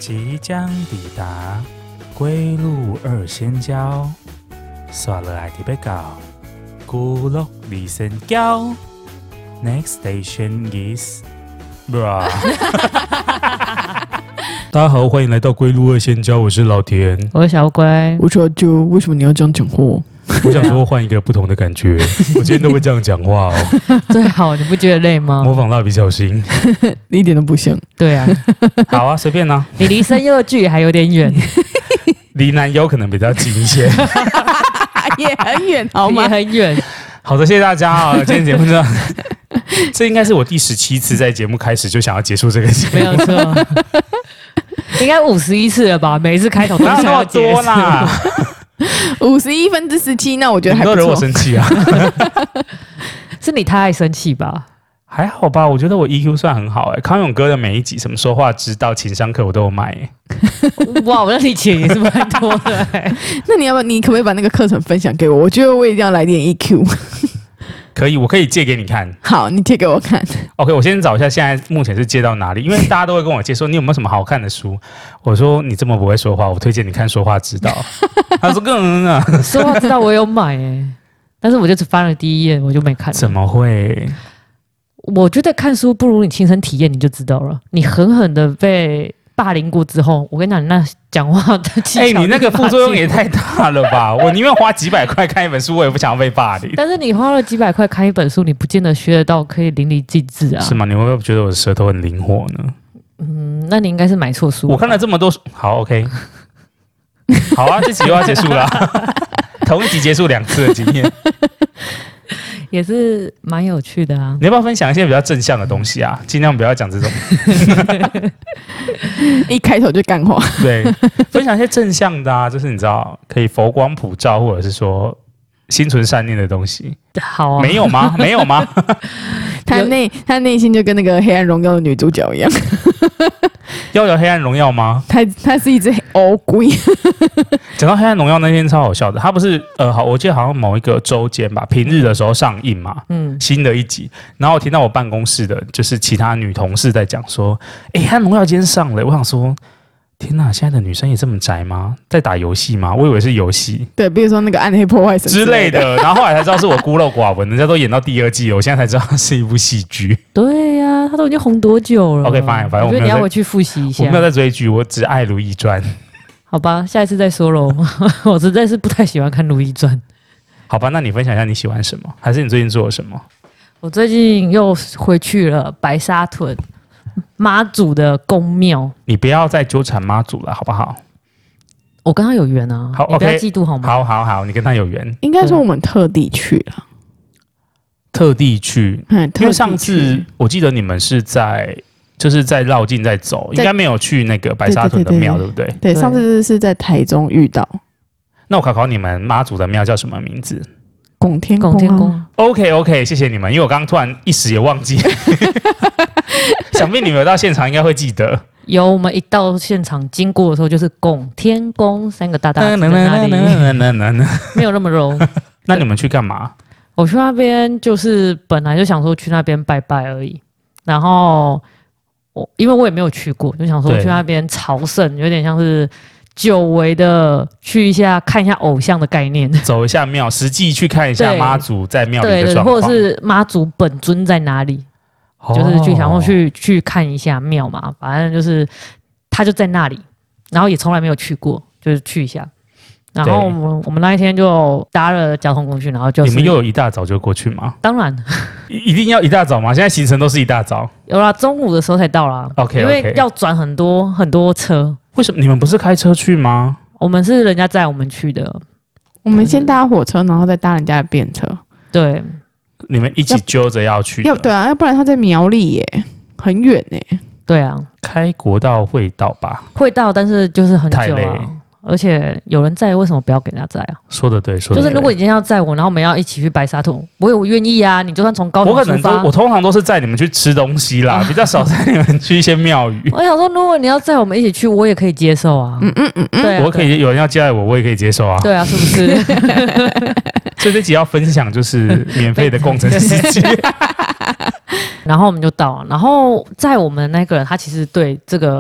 即将抵达龟路二仙交，刷了爱的被告，古乐二仙交。Next station is bra。大家好，欢迎来到龟路二仙交，我是老田， 我是小乖， 我说就为什么你要这样讲话？ 我想说换一个不同的感觉，我今天都会这样讲话哦。 最好你不觉得累吗？ 模仿蜡笔小新， 你一点都不像。 对啊， 好啊，随便啊。 你离声优剧还有点远， 离男优可能比较近一些， 也很远，好也吗？ 很远。 好的，谢谢大家啊！今天节目这应该是我第17次在节目开始就想要结束这个节目， 没有错，应该51次了吧？每一次开头都哪有那么想要结束多啦 51/17，那我觉得还不你都惹我错。 生气啊！ 是你太爱生气吧？ 还好吧，我觉得我 EQ 算很好康永哥的每一集什么说话之道、情商课我都有买哇，那你钱也是蛮多的那你可不可以把那个课程分享给我？我觉得我一定要来点 EQ。 可以，我可以借给你看。 好，你贴给我看。 OK， 我先找一下现在目前是借到哪里，因为大家都会跟我借说你有没有什么好看的书。我说你这么不会说话，我推荐你看《说话之道》。他说说话知道我有买但是我就只翻了第一页，我就没看。 怎么会？ 我觉得看书不如你亲身体验，你就知道了。你狠狠的被霸凌过之后，我跟你讲，那讲话的技巧， 你那个副作用也太大了吧！我宁愿花几百块看一本书，我也不想要被霸凌。 但是你花了几百块看一本书，你不见得学得到可以淋漓尽致啊。 是吗？你会不会觉得我的舌头很灵活呢？ 那你应该是买错书。 我看了这么多书，好 OK， 好啊，这集又要结束了同一集结束2次的经验。 也是蛮有趣的啊。 你要不要分享一些比较正向的东西啊？尽量不要讲这种一开头就干话。 对，分享一些正向的啊，就是你知道可以佛光普照，或者是说心存善念的东西。 好啊， 没有吗？没有吗？ 他内心就跟那个《黑暗荣耀》的女主角一样。 要有黑暗荣耀吗？ 他是一只欧龟。 讲到黑暗荣耀那天超好笑的，他不是好，我记得好像某一个周间吧，平日的时候上映嘛，新的一集，然后我听到我办公室的就是其他女同事在讲说，黑暗荣耀今天上了，我想说。天哪！现在的女生也这么宅吗？在打游戏吗？我以为是游戏， 对，比如说那个《暗黑破坏神》 之类的。然后后来才知道是我孤陋寡闻，人家都演到第2季了，我现在才知道是一部戏剧。 对呀、他都已经红多久了 OK fine， 反正我觉得你要回去复习一下。 我没有在追剧，我只爱《如懿传》。 好吧，下一次再说喽。我实在是不太喜欢看《如懿传》。 好吧，那你分享一下你喜欢什么？还是你最近做了什么？ 我最近又回去了白沙屯妈祖的宫庙。 你不要再纠缠妈祖了，好不好？ 我跟他有缘啊， 好， 你不要嫉妒好吗？ 好，你跟他有缘。 应该说我们特地去了， 特地去，因为上次我记得你们是就是在绕境在走，应该没有去那个白沙屯的庙，对不对？ 对，上次是在台中遇到。 那我考考你们，妈祖的庙叫什么名字？ 拱天宫。 OK， 谢谢你们，因为我刚刚突然一时也忘记，想必你们有到现场应该会记得。 有，我们一到现场经过的时候，就是拱天宫3个大大字在那里，没有那么柔。 那你们去干嘛？ 我去那边就是本来就想说去那边拜拜而已，然后因为我也没有去过，就想说去那边朝圣，有点像是久违的去一下看一下偶像的概念， 走一下庙，实际去看一下妈祖在庙里的状况， 或者是妈祖本尊在哪里，就是去想说去看一下庙嘛，反正就是他就在那里，然后也从来没有去过，就是去一下。然后我们那一天就搭了交通工具，然后就是你们又有一大早就过去吗？ 当然一定要一大早吗？现在行程都是一大早。 有啦，中午的时候才到啦。 OK， 因为要转很多车。 为什么你们不是开车去吗？ 我们是人家载我们去的。 我们先搭火车，然后再搭人家的便车。 对， 你们一起揪着要去的。 对啊，要不然他在苗栗耶，很远耶。 对啊， 开国道会到吧？ 会到，但是就是很久太累。 而且有人载，为什么不要给人家载啊？ 说的对， 就是如果你今天要载我，然后我们要一起去白沙屯，我愿意啊。你就算从高雄出发， 我通常都是载你们去吃东西啦，比较少载你们去一些庙宇。 我想说，如果你要载我们一起去，我也可以接受啊。对啊， 我可以有人要接待我也可以接受啊。 对啊，是不是？ 所以这集要分享就是免费的工程司机。 然后我们就到了，然后在我们那个人他其实对这个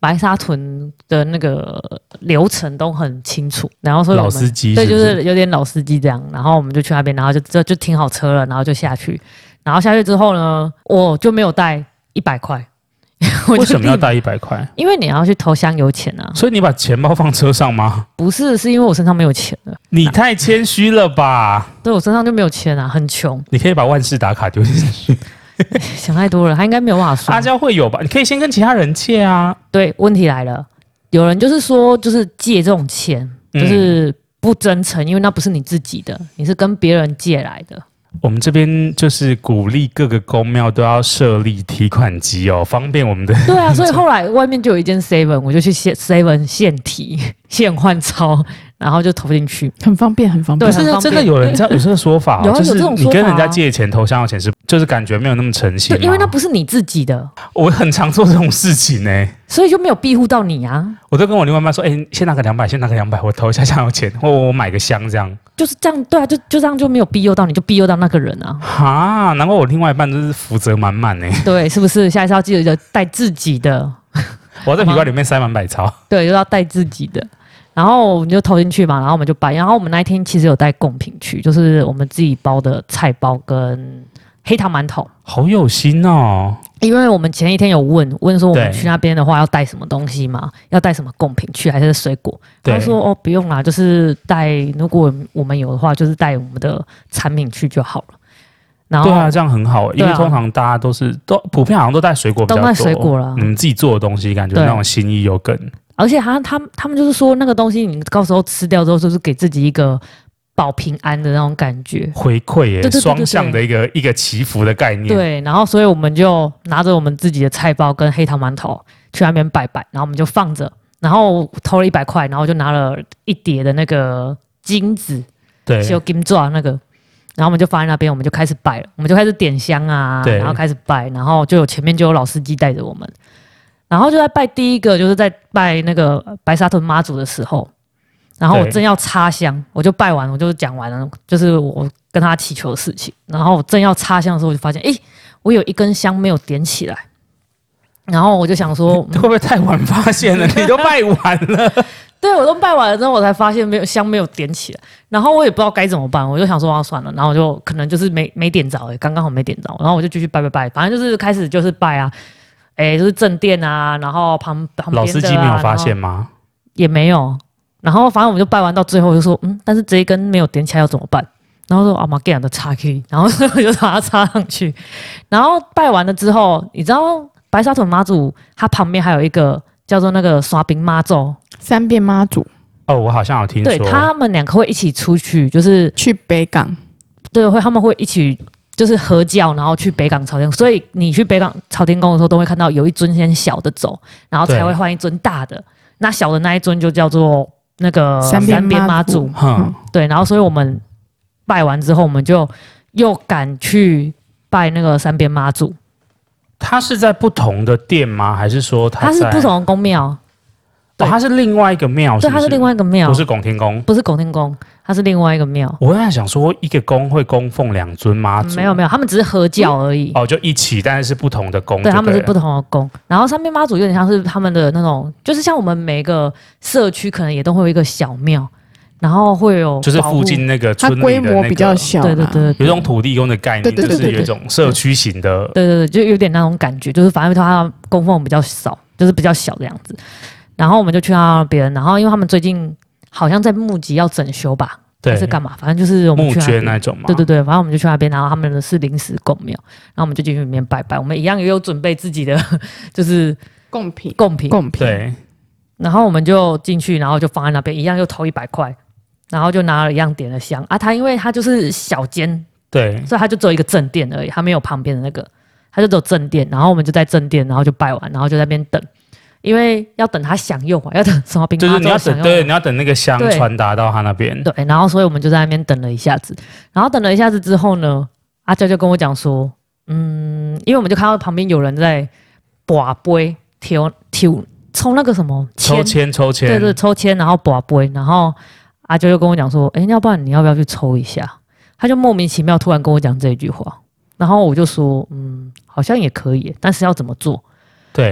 白沙屯的那个流程都很清楚，然后所以我们老司机对，就是有点老司机这样，然后我们就去那边，然后就停好车了，然后就下去，然后下去之后呢，我就没有带100块。 为什么要带100块？ 因为你要去投香油钱啊。 所以你把钱包放车上吗？ 不是，是因为我身上没有钱了。 你太谦虚了吧？ 对，我身上就没有钱啊，很穷。 你可以把万事达卡丢进去。 想太多了，他应该没有办法刷。 阿娇会有吧？你可以先跟其他人借啊。 对，问题来了，有人就是说，就是借这种钱，就是不真诚，因为那不是你自己的，你是跟别人借来的。 我们这边就是鼓励各个公庙都要设立提款机哦，方便我们的。 对啊，所以后来外面就有一间 Seven， 我就去 Seven 现提现换钞，然后就投进去， 很方便，很方便。 对， 不是真的有人这样有这个说法、 有就是这种说法、 你跟人家借钱投香油钱是，就是感觉没有那么诚信。 对，因为那不是你自己的， 我很常做这种事情呢、 所以就没有庇护到你啊。 我都跟我另外一半说，先拿个200，先拿个200，我投一下香油钱，或我买个香这样。 就是这样，对啊，就这样就没有庇佑到你，就庇佑到那个人啊。 哈，难怪我另外一半就是福泽满满呢。 对，是不是？下一次要记得带自己的。 我在皮包里面塞满百钞。 对，就要带自己的。然后我们就投进去嘛，然后我们就摆。然后我们那一天其实有带贡品去，就是我们自己包的菜包跟黑糖馒头。 好有心哦。 因为我们前一天有问说我们去那边的话要带什么东西嘛，要带什么贡品去还是水果？他说哦不用啦，就是带，如果我们有的话，就是带我们的产品去就好了。然后对啊，这样很好，因为通常大家都普遍好像都带水果比较多， 都带水果啦。 你们自己做的东西，感觉那种心意又更。 而且他们就是说那个东西，你到时候吃掉之后，就是给自己一个保平安的那种感觉， 回馈耶， 对双向的一个祈福的概念。 对，然后所以我们就拿着我们自己的菜包跟黑糖馒头去那边拜拜，然后我们就放着，然后投了100块，然后就拿了一叠的那个金子， 对， 就金爪那个，然后我们就放在那边，我们就开始拜了，我们就开始点香啊，然后开始拜，然后就有前面就有老司机带着我们，然后就在拜第一个，就是在拜那个白沙屯妈祖的时候。然后我正要插香，我就拜完，我就讲完了，就是我跟他祈求的事情。然后我正要插香的时候，我就发现，我有一根香没有点起来。然后我就想说， 会不会太晚发现了？你都拜完了。 对，我都拜完了之后，我才发现香没有点起来。然后我也不知道该怎么办，我就想说算了，然后我就可能就是没点着，刚刚好没点着。然后我就继续拜，反正就是开始就是拜啊，就是正殿啊，然后旁边的、 老司机没有发现吗？ 也没有。然后反正我们就拜完到最后就说，但是这一根没有点起来要怎么办？然后说啊，妈给的插去，然后我就把它插上去。然后拜完了之后，你知道白沙屯妈祖它旁边还有一个叫做那个刷冰妈祖， 三变妈祖。 哦，我好像有听说。 对，他们2个会一起出去，就是去北港。 对，他们会一起就是合教，然后去北港朝天。所以你去北港朝天宫的时候，都会看到有一尊先小的走，然后才会换一尊大的。那小的那一尊就叫做那个三边妈祖，对，然后所以我们拜完之后，我们就又赶去拜那个三边妈祖。 他是在不同的店吗？还是说他是不同的宫庙？ 对，他是另外一个庙， 对，他是另外一个庙， 不是拱天宫， 不是拱天宫，他是另外一个庙。 我在想说，一个宫会供奉2尊妈祖？ 没有，他们只是合教而已。 就一起，但是不同的宫。 对，他们是不同的宫。然后三边妈祖有点像是他们的那种，就是像我们每个社区可能也都会有一个小庙，然后会有就是附近那个村里的它规模比较小， 对， 有一种土地公的概念，就是有一种社区型的， 对，就有点那种感觉，就是反正它供奉比较少，就是比较小的样子。然后我们就去那边，然后因为他们最近好像在募集要整修吧，还是干嘛？反正就是我们去募捐那种嘛。 对，反正我们就去那边，然后他们的是临时供庙，然后我们就进去里面拜拜。我们一样也有准备自己的就是贡品。 对， 然后我们就进去，然后就放在那边，一样又投100块，然后就拿了一样点了香啊。他因为他就是小间， 对， 所以他就只有一个正殿而已，他没有旁边的那个，他就只有正殿。然后我们就在正殿，然后就拜完，然后就在那边等。因为要等他享用嘛，要等什么兵就是你要等，对，你要等那个香传达到他那边。 对，然后所以我们就在那边等了一下子，然后等了一下子之后呢，阿娇就跟我讲说，因为我们就看到旁边有人在拔杯抽那个什么抽签， 对，抽签，然后拔杯，然后阿娇就跟我讲说，要不然你要不要去抽一下？他就莫名其妙突然跟我讲这一句话，然后我就说，好像也可以，但是要怎么做？ 对。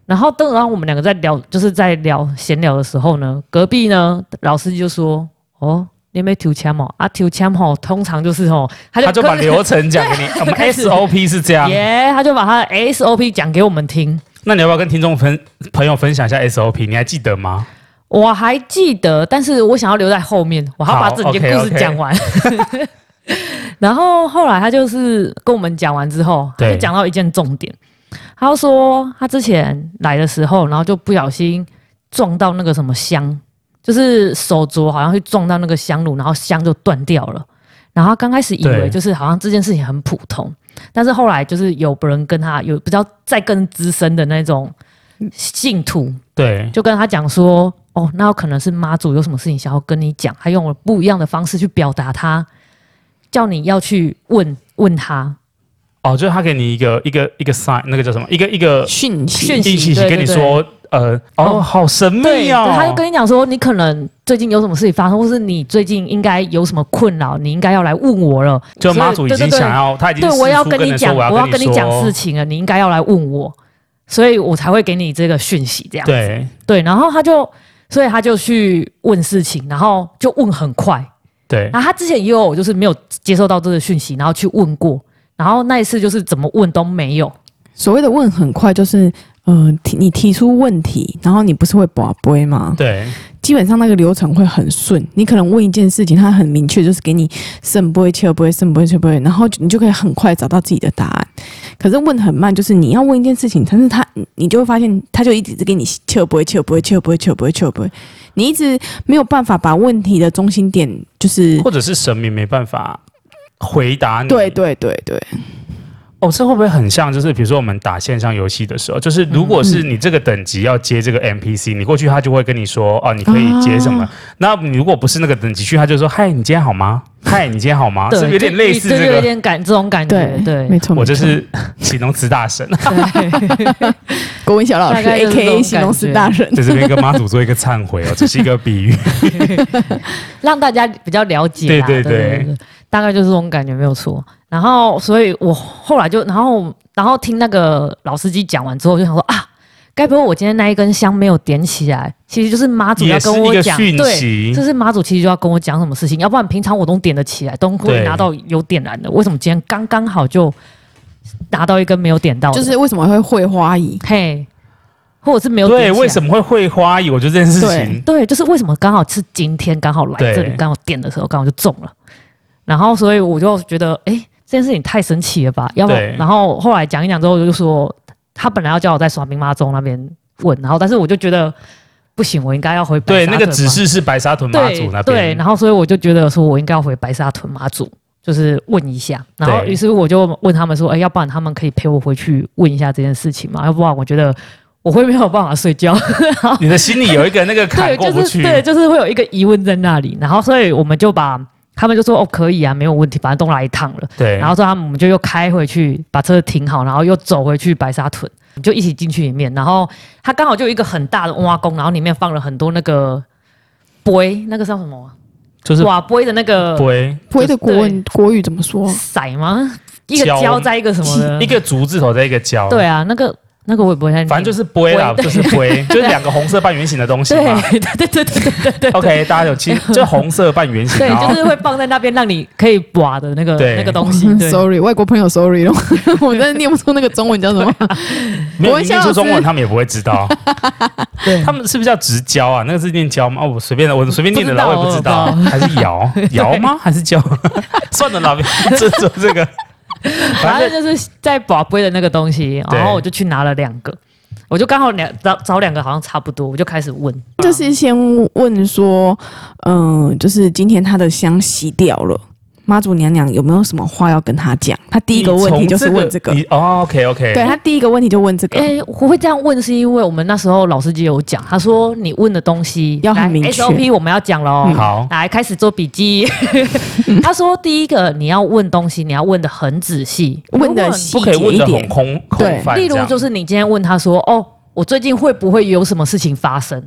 然后等到我们两个在聊，就是在闲聊的时候呢，隔壁呢老师就说：“哦，你没抽签哦？啊，抽签哦，通常就是哦，他就把流程讲给你，我们 SOP 是这样， 他就把他的 SOP 讲给我们听。 那你要不要跟听众朋友分享一下 SOP？ 你还记得吗？ 我还记得，但是我想要留在后面，我还要把整件故事讲完。然后后来他就是跟我们讲完之后，他就讲到一件重点。他就说他之前来的时候，然后就不小心撞到那个什么香，就是手镯好像会撞到那个香炉，然后香就断掉了。然后他刚开始以为就是好像这件事情很普通，但是后来就是有人跟他有比较再更资深的那种信徒，对，就跟他讲说，哦，那有可能是妈祖有什么事情想要跟你讲，他用了不一样的方式去表达他，叫你要去问他。 哦，就是他给你一个 sign， 那个叫什么？一个讯息，跟你说，好神秘哦。 他就跟你讲说，你可能最近有什么事情发生，或是你最近应该有什么困扰，你应该要来问我了。 就妈祖已经想要，他已经对我要跟你讲，我要跟你讲事情了，你应该要来问我，所以我才会给你这个讯息，这样子。对，然后所以他就去问事情，然后就问很快。对，然后他之前也有就是没有接受到这个讯息，然后去问过。然后那一次就是怎么问都没有。 所谓的问很快，就是你提出问题，然后你不是会拔杯吗？对，基本上那个流程会很顺。你可能问一件事情，它很明确，就是给你圣杯、切杯、圣杯、切杯，然后你就可以很快找到自己的答案。可是问很慢，就是你要问一件事情，但是你就会发现，他就一直给你切杯、切杯、切杯、切杯、切杯，你一直没有办法把问题的中心点，就是或者是神明没办法回答你。 对。 哦，这会不会很像？就是比如说我们打线上游戏的时候，就是如果是你这个等级要接这个 NPC，你过去他就会跟你说，哦，你可以接什么？那你如果不是那个等级去，他就说，嗨，你今天好吗？嗨，你今天好吗？是有点类似这个， 有点这种感觉。对， 没错。 我就是形容词大神， 国文小老师 ，AKA 形容词大神， 在这边跟妈祖做一个忏悔哦，这是一个比喻， 让大家比较了解。对，大概就是这种感觉，没有错。然后，所以我后来就，然后听那个老司机讲完之后，就想说啊，该不会我今天那一根香没有点起来，其实就是妈祖要跟我讲，对，这是妈祖其实就要跟我讲什么事情，要不然平常我都点得起来，都会拿到有点燃的，为什么今天刚刚好就拿到一根没有点到的？ 就是为什么会会花艺？ 嘿，或者是没有点起来？ 对，为什么会会花艺？我觉得这件事情， 对，就是为什么刚好是今天刚好来这里，刚好点的时候刚好就中了，然后所以我就觉得，这件事情太神奇了吧？要不然后后来讲一讲之后，就说他本来要叫我在耍兵妈宗那边问，然后但是我就觉得不行，我应该要回白沙屯。 对，那个指示是白沙屯妈祖那边。 对，然后所以我就觉得说我应该要回白沙屯妈祖，就是问一下。然后于是我就问他们说，要不然他们可以陪我回去问一下这件事情嘛？要不然我觉得我会没有办法睡觉。 你的心里有一个那个坎过不去， 对，就是会有一个疑问在那里。然后所以我们就把。他们就说可以啊，没有问题，反正都来一趟了。对，然后之后我们就又开回去，把车停好，然后又走回去白沙屯，就一起进去里面。然后它刚好就有一个很大的挖宫，然后里面放了很多那个杯，那个叫什么？ 就是瓦杯的那个杯的国语怎么说？ 骰吗？一个胶在一个什么的？ 一个竹字头在一个胶。 对啊，那个我也不会太， 反正就是杯啦，就是杯，就是两个红色半圆形的东西嘛。 对。 OK， 大家有记，就红色半圆形， 对，就是会放在那边让你可以拔的那个东西。 Sorry， 外国朋友 Sorry 了，我真的念不出那个中文叫什么。 没有念出中文，他们也不会知道。对，他们是不是叫直胶啊？那个是念胶吗？我随便念的啦，我也不知道，还是摇吗？还是胶？算了啦，这个。 反正就是在宝贝的那个东西，然后我就去拿了2个，我就刚好找2个好像差不多，我就开始问， 就是先问说，就是今天他的香熄掉了，妈祖娘娘有没有什么话要跟他讲？他第一个问题就是问这个。 OK， 对，他第一个问题就问这个。 我会这样问是因为我们那时候老司机有讲，他说你问的东西要很明确 ，SOP 我们要讲咯。 好， 来开始做笔记。他说第一个你要问东西，你要问的很仔细， 问的细不可以问的很空泛。 例如就是你今天问他说，我最近会不会有什么事情发生？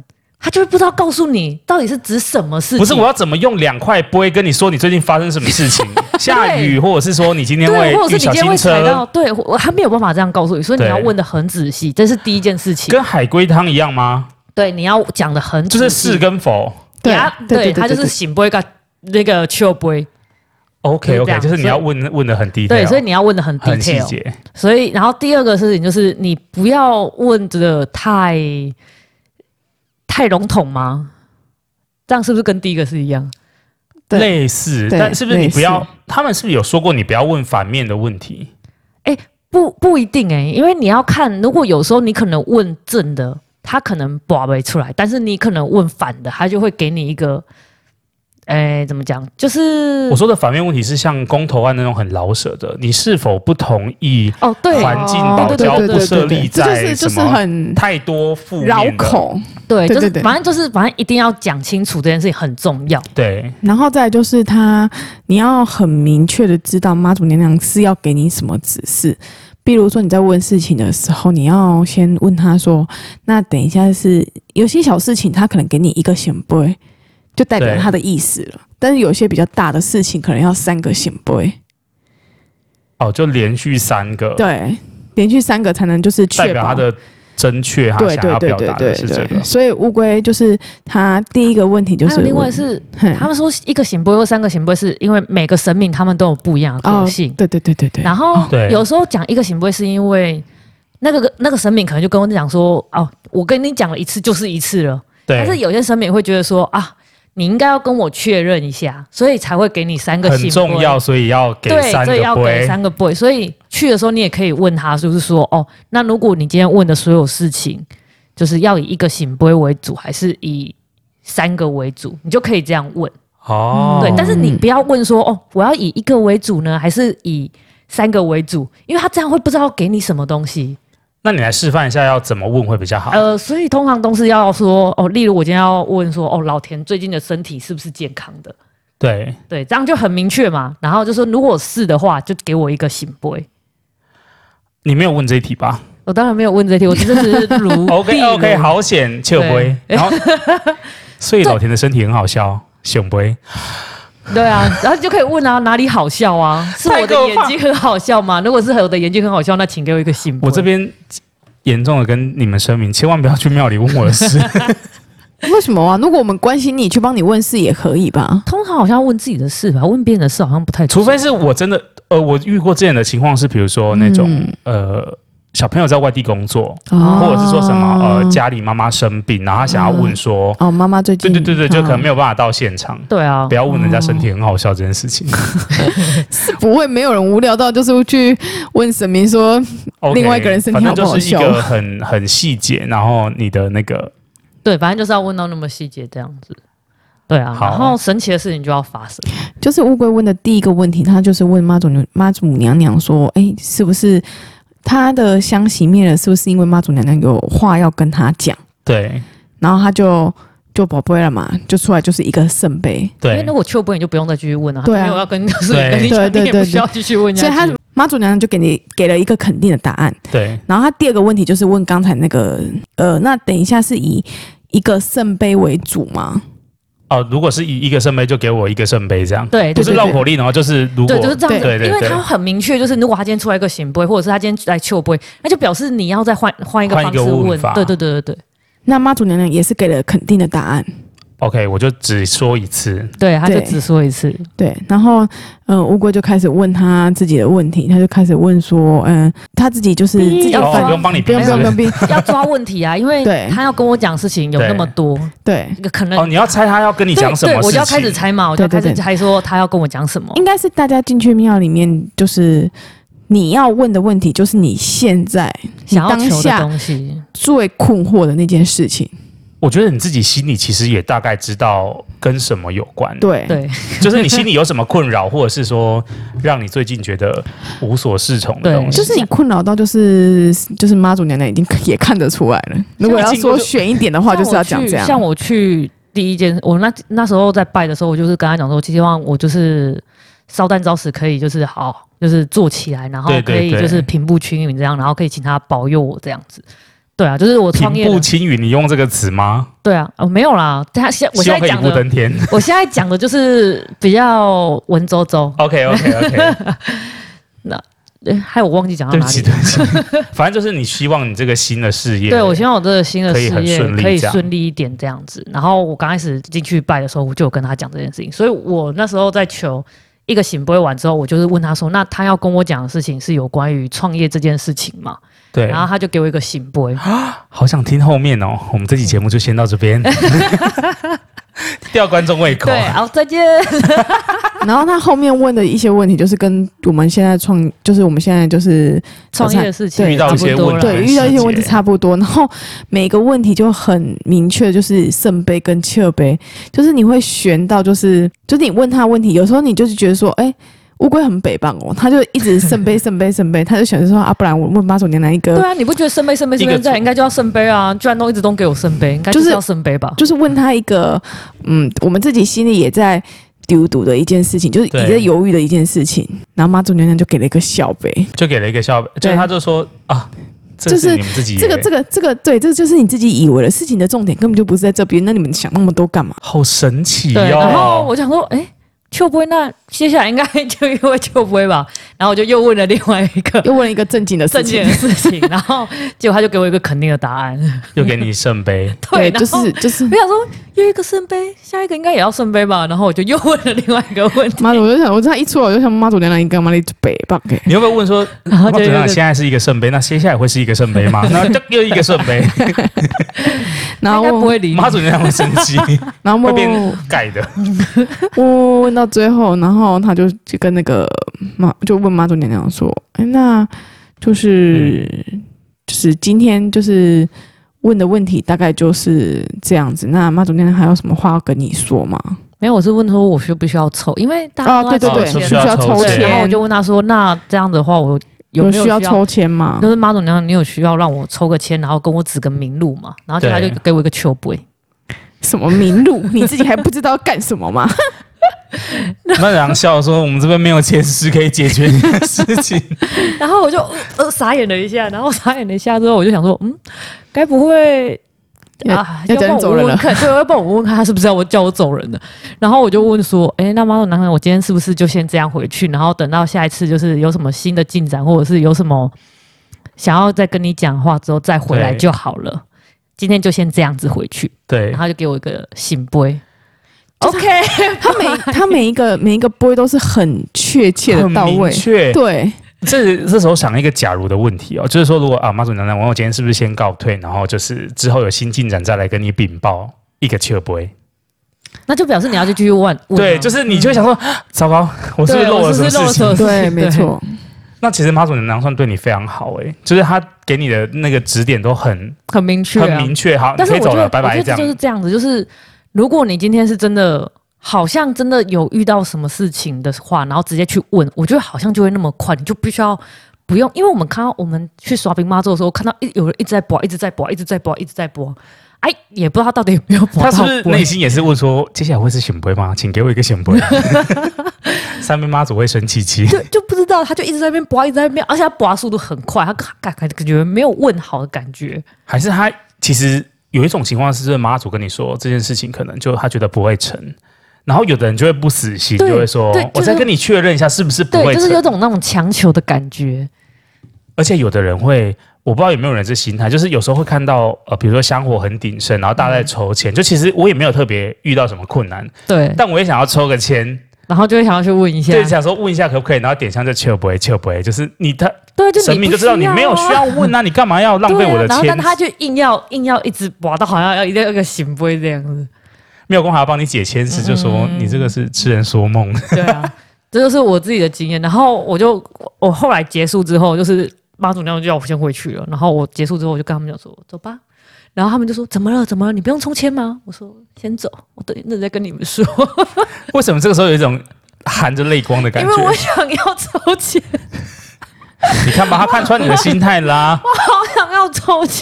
他就会不知道告诉你到底是指什么事情。 不是我要怎么用2块杯跟你说你最近发生什么事情，下雨或者是说你今天会遇小心车， 对，他没有办法这样告诉你，所以你要问的很仔细，这是第一件事情。 跟海龟汤一样吗？ 对，你要讲的很仔细， 就是是跟否。 对，他就是醒杯跟那个秋杯。 OK， 就是你要问的很 detail， 对，所以你要问的很 detail， 很细节。 所以，然后第二个事情就是你不要问的太笼统吗？这样是不是跟第一个是一样？ 类似，但是不是你不要？他们是不是有说过你不要问反面的问题？ 不一定因为你要看，如果有时候你可能问正的，他可能拔不出来，但是你可能问反的，他就会给你一个。怎么讲？就是我说的反面问题是像公投案那种很老舍的，你是否不同意？ 对， 环境保交不设立在什么很太多负面绕口， 对，就是反正一定要讲清楚这件事情很重要。 对， 然后再来就是你要很明确的知道妈祖娘娘是要给你什么指示。比如说你在问事情的时候，你要先问他说：“那等一下是有些小事情，他可能给你一个显杯。”就代表他的意思了，但是有些比较大的事情可能要3个显杯。 就连续3个， 对，连续3个才能就是确保代表他的正确，他想要表达的是这个。 所以乌龟就是他第一个问题就是， 还有另外是他们说一个显杯或3个显杯，是因为每个神明他们都有不一样的个性。 对。 然后有时候讲一个显杯是因为那个神明可能就跟我讲说，我跟你讲了一次就是一次了。但是有些神明会觉得说你应该要跟我确认一下，所以才会给你3个信杯， 很重要，所以要给3个杯。 对，要给3个杯。所以去的时候你也可以问他，就是说，那如果你今天问的所有事情，就是要以1个醒杯为主，还是以3个为主，你就可以这样问。对，但是你不要问说，我要以1个为主呢，还是以3个为主？因为他这样会不知道给你什么东西。 那你来示范一下要怎么问会比较好？ 所以通常都是要说例如我今天要问说老田最近的身体是不是健康的？ 对， 这样就很明确嘛。然后就说如果是的话，就给我一个醒杯。 你没有问这一题吧？ 我当然没有问这一题，我只是如 OK， 好险，笑杯。然后，所以老田的身体很好笑，醒杯。 对啊，然后就可以问哪里好笑啊？是我的眼睛很好笑吗？如果是我的眼睛很好笑，那请给我一个醒杯。 我这边严重的跟你们声明，千万不要去庙里问我的事。 为什么啊？如果我们关心你，去帮你问事也可以吧？ 通常好像要问自己的事吧，问别人的事好像不太。 除非是我真的，我遇过这样的情况是，比如说那种小朋友在外地工作，或者是说什么家里妈妈生病，然后他想要问说妈妈最近对，就可能没有办法到现场。 对啊， 不要问人家身体很好笑这件事情。 是不会没有人无聊到就是去问神明说另外一个人身体好不好笑。 反正就是一个很细节，然后你的那个对，反正就是要问到那么细节这样子。对啊，然后神奇的事情就要发生。 就是乌龟问的第一个问题，他就是问妈祖娘娘说：“是不是？”他的香熄灭了，是不是因为妈祖娘娘有话要跟他讲？ 对， 然后他就宝贝了嘛，就出来就是一个圣杯。 对，因为如果秋杯你就不用再继续问了， 对啊， 没有要跟你讲，你也不需要继续问下去。 所以他妈祖娘娘就给了一个肯定的答案。 对， 然后他第二个问题就是问刚才那个那等一下是以一个圣杯为主吗？ 如果是以一个圣杯，就给我一个圣杯，这样对， 不是绕口令的话，就是如果对，就是这样子， 对， 因为他很明确，就是如果他今天出来一个醒杯，或者是他今天来秋杯，那就表示你要再换一个方式问，对。 那妈祖娘娘也是给了肯定的答案。 OK， 我就只说一次， 对，他就只说一次， 对。然后，乌龟就开始问他自己的问题，他就开始问说，他自己就是自己不用帮你不用要抓问题啊，因为他要跟我讲事情有那么多， 对， 可能你要猜他要跟你讲什么事情， 我就要开始猜嘛，我就开始猜说他要跟我讲什么。 应该是大家进去庙里面，就是你要问的问题，就是你现在想要求的东西最困惑的那件事情。 我觉得你自己心里其实也大概知道跟什么有关， 对， 就是你心里有什么困扰，或者是说让你最近觉得无所适从的东西， 就是你困扰到就是妈祖娘娘已经也看得出来了。如果要说选一点的话，就是要讲这样。 像我去第一件，我那时候在拜的时候，我就是跟他讲说，希望我就是烧蛋招死可以就是好，就是做起来，然后可以就是平步青云这样，然后可以请他保佑我这样子。 对啊，就是我创业平步青云，你用这个词吗？ 对啊，没有啦，我现在讲的，我现在讲的就是比较文绉绉。 OK， 那害我忘记讲到哪里。 对不起，反正就是你希望你这个新的事业， 对，我希望我这个新的事业可以顺利一点这样子。然后我刚开始进去拜的时候，我就有跟他讲这件事情，所以我那时候在求一个醒杯完之后，我就是问他说，那他要跟我讲的事情是有关于创业这件事情嘛？ 对， 然后他就给我一个醒杯， 好想听后面哦。我们这期节目就先到这边，吊观众胃口。 对，好，再见。 然后他后面问的一些问题，就是跟我们现在就是我们现在就是创业的事情遇到一些问题， 对，遇到一些问题差不多。然后每个问题就很明确，就是圣杯跟切杯，就是你会悬到，就是你问他问题，有时候你就是觉得说，乌龟很北棒哦，他就一直圣杯，他就想说啊，不然我问妈祖娘娘一个。 对啊，你不觉得圣杯在应该就要圣杯啊？居然一直都给我圣杯，应该就是要圣杯吧？ 就是问他一个，我们自己心里也在丢赌的一件事情，就是也在犹豫的一件事情。然后妈祖娘娘就给了一个小杯， 就是他就说啊。这是你们自己这个对，这就是你自己以为的事情的重点根本就不是在这边，那你们想那么多干嘛？ 好神奇哦！ 对，然后我想说，秋杯，那接下来应该就因为秋杯吧，然后我就又问了另外一个， 又问了一个正经的事情， 然后结果他就给我一个肯定的答案， 又给你圣杯， 对，就是我想说又一个圣杯，下一个应该也要圣杯吧，然后我就又问了另外一个问题。 妈祖，我就想，我这一出来我就想妈祖娘娘，你干嘛你北吧？ 你会不会问说，妈祖娘娘现在是一个圣杯，那接下来会是一个圣杯吗？然后又一个圣杯， 然后不会理妈祖娘娘会生气， 然后会变改的。 我问到最后，然后他就跟那个就问妈祖娘娘说：“那就是今天就是问的问题大概就是这样子。那妈祖娘娘还有什么话要跟你说吗？” 没有，我是问说我需不需要抽，因为大家对，需要抽签。 然后我就问他说：“那这样的话，我有没有需要抽签吗？” 就是妈祖娘娘，你有需要让我抽个签，然后跟我指个明路嘛？然后他就给我一个秋杯。 什么明路？你自己还不知道干什么吗？ 那梁笑说：“我们这边没有前世可以解决你的事情。” 然后我就傻眼了一下，然后傻眼了一下之后，我就想说：“该不会要叫你走人了？ 对，要帮我问问看他是不是要叫我走人的。”然后我就问说：“那妈祖娘娘，我今天是不是就先这样回去？然后等到下一次就是有什么新的进展，或者是有什么想要再跟你讲话之后再回来就好了。今天就先这样子回去。” 对， 然后就给我一个醒杯。OK， 他每一个杯都是很确切的到位，对。 这时候想一个假如的问题哦，就是说如果妈祖娘娘，我今天是不是先告退，然后就是之后有新进展再来跟你禀报一个秋杯？ 那就表示你要去继续问。 对，就是你就会想说，糟糕，我是不是漏了什么事情？ 对，没错。 那其实妈祖娘娘算对你非常好就是他给你的那个指点都很明确， 很明确。好， 但是你可以走了，拜拜。 这样就是这样子，就是如果你今天是真的。好像真的有遇到什么事情的话，然后直接去问，我觉得好像就会那么快，你就必须要不用，因为我们看到我们去刷兵妈祖的时候，看到有人一直在播，也不知道他到底有没有播到。 他是不是内心也是问说，接下来会是显杯吗？请给我一个显杯。三边妈祖会生气气， 就不知道，他就一直在那边播，而且他播速度很快，他感觉没有问好的感觉， 还是他其实有一种情况是，妈祖跟你说这件事情，可能就他觉得不会成。然后有的人就会不死心，就会说：“我再跟你确认一下，是不是不会成？” 就是有种那种强求的感觉。 而且有的人会，我不知道有没有人这心态，就是有时候会看到比如说香火很鼎盛，然后大家在抽签，就其实我也没有特别遇到什么困难， 对， 但我也想要抽个签， 然后就会想要去问一下， 对，想说问一下可不可以，然后点香就求不会，就是对，就神明就知道你没有需要问啊，你干嘛要浪费我的钱？ 然后但他就硬要一直拔到好像一定要一个醒杯这样子。 妙公还要帮你解签时，就说你这个是痴人说梦。 对啊，这就是我自己的经验。然后我后来结束之后，就是妈祖娘娘就叫我先回去了。然后我结束之后，我就跟他们讲说走吧。然后他们就说怎么了？你不用抽签吗？我说先走，我等一阵再跟你们说。 为什么这个时候有一种含着泪光的感觉？ 因为我想要抽签。 你看吧，他看穿你的心态啦。 我好想要抽签。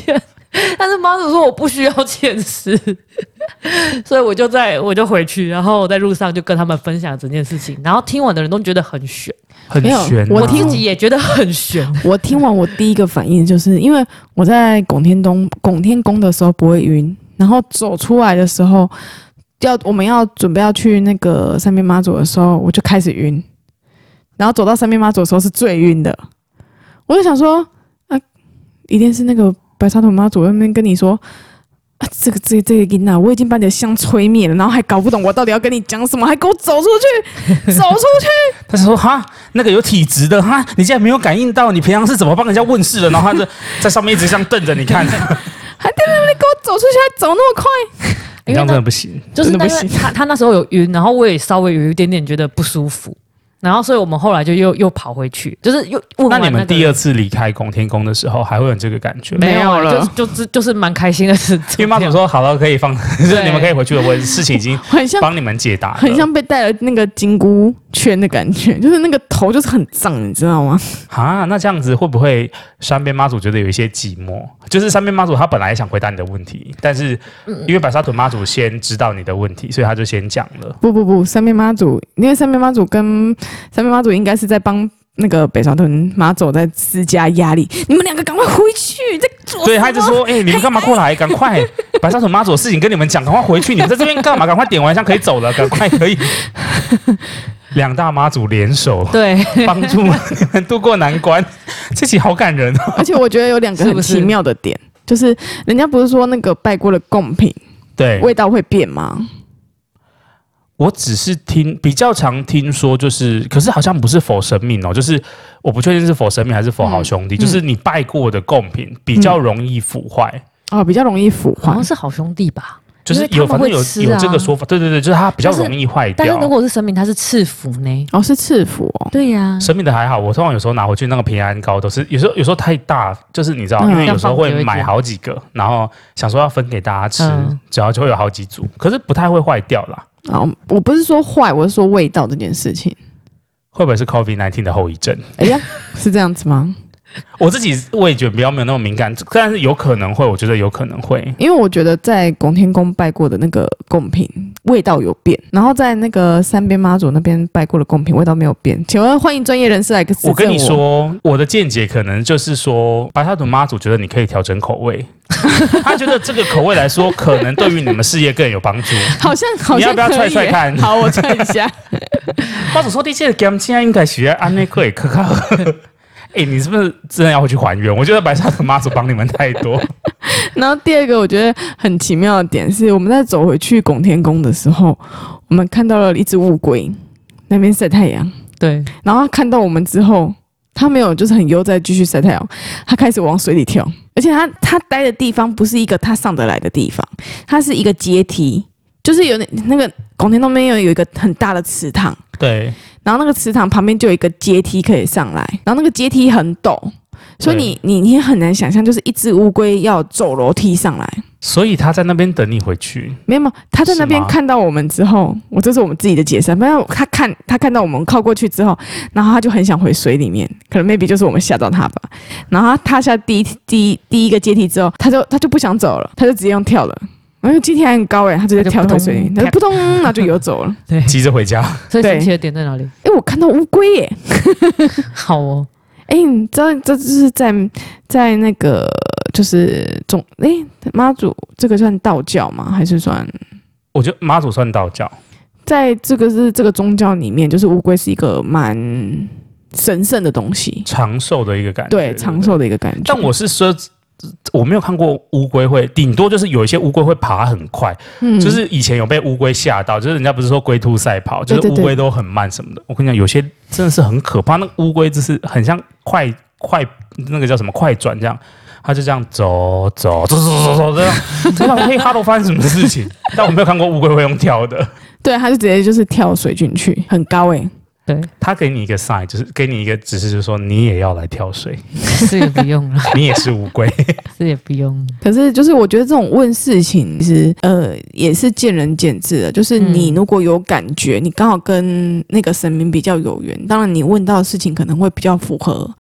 但是妈祖说我不需要前世，所以我就回去，然后在路上就跟他们分享整件事情，然后听完的人都觉得很悬， 很悬、啊。 我自己也觉得很悬。 我听完我第一个反应就是因为我在拱天宫的时候不会晕，然后走出来的时候我们要准备要去那个三边妈祖的时候，我就开始晕，然后走到三边妈祖的时候是最晕的，我就想说啊，一定是那个白沙屯妈祖那边跟你说啊，这个囡仔，我已经把你的香吹灭了，然后还搞不懂我到底要跟你讲什么，还给我走出去，走出去。 他说哈，那个有体质的哈，你竟然没有感应到，你平常是怎么帮人家问事的？然后他就在上面一直这样瞪着你看，还在那里给我走出去，还走那么快， 你这样真的不行， 就是那个他那时候有晕，然后我也稍微有一点点觉得不舒服。然后，所以我们后来就又跑回去，就是又问完、 那你们第二次离开拱天宫的时候，还会有这个感觉？ 没有了，就是蛮开心的事。 因为妈祖说好了，可以放，就是你们可以回去了。事情已经帮你们解答了， 很像被带了那个金箍圈的感觉，就是那个头就是很胀，你知道吗？ 啊，那这样子会不会三边妈祖觉得有一些寂寞？就是三边妈祖他本来想回答你的问题，但是因为白沙屯妈祖先知道你的问题，所以他就先讲了。 不，三边妈祖，因为三边妈祖跟三边妈祖应该是在帮那个北沙屯妈祖在施加压力，你们两个赶快回去，在做什么？ 对，他就说：“你们干嘛过来？赶快！白沙屯妈祖的事情跟你们讲，赶快回去！你们在这边干嘛？赶快点完香可以走了，赶快可以。”两大妈祖联手， 对， 帮助你们渡过难关，这集好感人哦！ 而且我觉得有两个很奇妙的点，就是人家不是说那个拜过的贡品， 对， 味道会变吗？ 我只是比较常听说，就是可是好像不是否神明哦，就是我不确定是否神明还是否好兄弟，就是你拜过的贡品比较容易腐坏哦，比较容易腐坏， 好像是好兄弟吧？ 就是反正有这个说法，对，就是它比较容易坏掉。 但是如果是神明，它是赐福呢？ 哦，是赐福哦。 对呀， 神明的还好，我通常有时候拿回去那个平安糕都是有时候太大，就是你知道，因为有时候会买好几个，然后想说要分给大家吃，只要就会有好几组，可是不太会坏掉啦。 哦，我不是说坏，我是说味道这件事情， 会不会是 COVID-19 的后遗症？ 哎呀，是这样子吗？ 我自己味觉比较没有那么敏感，但是有可能会，我觉得有可能会， 因为我觉得在拱天宫拜过的那个贡品味道有变，然后在那个三边妈祖那边拜过的贡品味道没有变。请问欢迎专业人士来指正我。 跟你说，我的见解可能就是说，白沙屯妈祖觉得你可以调整口味，他觉得这个口味来说，可能对于你们事业更有帮助。 好像你要不要踹看？ 好，我踹一下。 妈祖说这些甘现在应该需要安内可以可靠。你是不是真的要回去还原？我觉得白沙屯妈祖帮你们太多。 然后第二个我觉得很奇妙的点是，我们在走回去拱天宫的时候，我们看到了一只乌龟那边晒太阳。 对， 然后看到我们之后，他没有就是很悠哉继续晒太阳，他开始往水里跳，而且他待的地方不是一个他上得来的地方，它是一个阶梯，就是有那个拱天宫那边有一个很大的池塘。 对。 然后那个池塘旁边就有一个阶梯可以上来，然后那个阶梯很陡，所以你很难想象，就是一只乌龟要走楼梯上来。 所以他在那边等你回去？ 没有，他在那边看到我们之后，这是我们自己的解释。没有，他看到我们靠过去之后，然后他就很想回水里面，可能 maybe 就是我们吓到他吧。然后他踏下第一个阶梯之后，他就不想走了，他就直接用跳了。然后阶梯还很高他直接跳回水里，他就扑通，然后就游走了。 对， 急着回家。 所以神奇的点在哪里？ 我看到乌龟耶！ 好哦。 你知道这就是在那个就是妈祖这个算道教吗？还是算？ 我觉得妈祖算道教，在这个宗教里面，就是乌龟是一个蛮神圣的东西， 长寿的一个感觉。 对，长寿的一个感觉。 但我是说。我没有看过乌龟会，顶多就是有一些乌龟会爬很快，就是以前有被乌龟吓到，就是人家不是说龟兔赛跑，就是乌龟都很慢什么的。我跟你讲，有些真的是很可怕，那个乌龟就是很像快那个叫什么快转这样，它就这样走这样，这样嘿哈喽发生什么事情？但我没有看过乌龟会用跳的， 对，它就直接就是跳水进去，很高对， 他给你一个 sign， 就是给你一个指示，就是说你也要来跳水， 是也不用了， 你也是乌龟， 是也不用。 可是就是我觉得这种问事情，其实也是见仁见智的。就是你如果有感觉，你刚好跟那个神明比较有缘，当然你问到的事情可能会比较符合